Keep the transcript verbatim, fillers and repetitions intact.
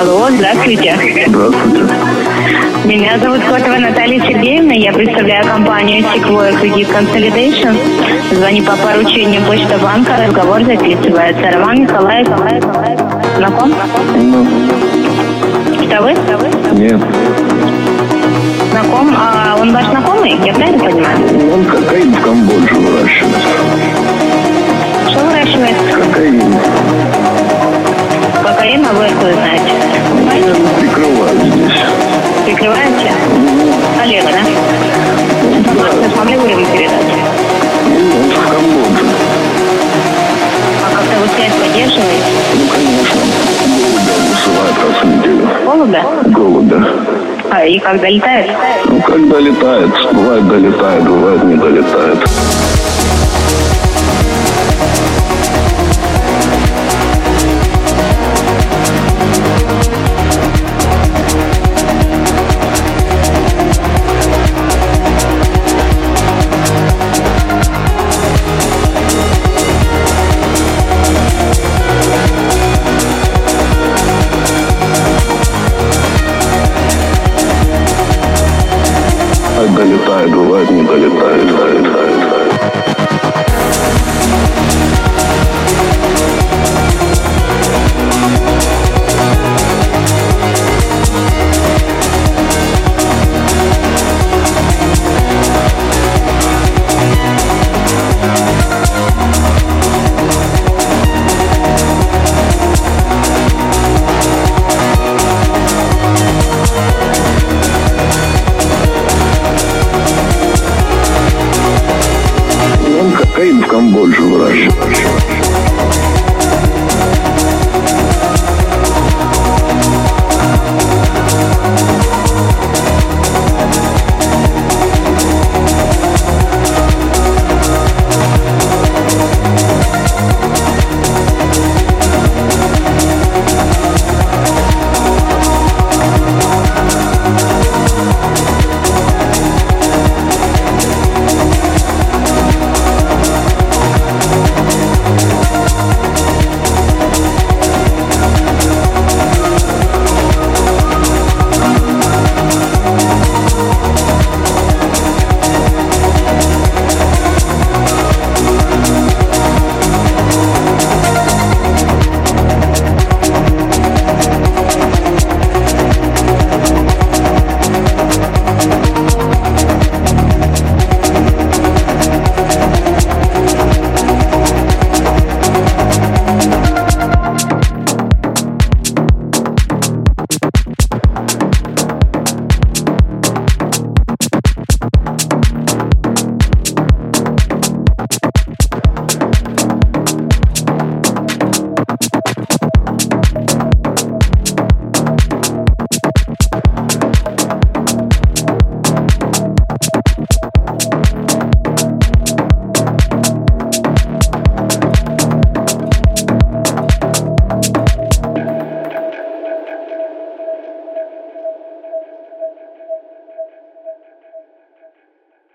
Алло, здравствуйте. Здравствуйте. Меня зовут Котова Наталья Сергеевна. Я представляю компанию Sequoia Credit Consolidation. Звоню по поручению Почта банка. Разговор записывается. Роман Николаев. Знаком? Ну, Что вы? Что вы? нет. Знаком? А он ваш знакомый? Я правильно понимаю? Он кокаин в Камбодже выращивает. Что выращивает? Кокаин. Кокаин, а вы откуда знаете? Я прикрываю здесь. Прикрываете? Олега, да? Информацию смогли бы ему передать? Ну, он в Камбодже. А как-то вы связь поддерживаете? Ну, конечно. Голубя высылает раз в неделю. Голубя? Голубя. А, и как долетает? Ну, как долетает. Бывает долетает, бывает не долетает.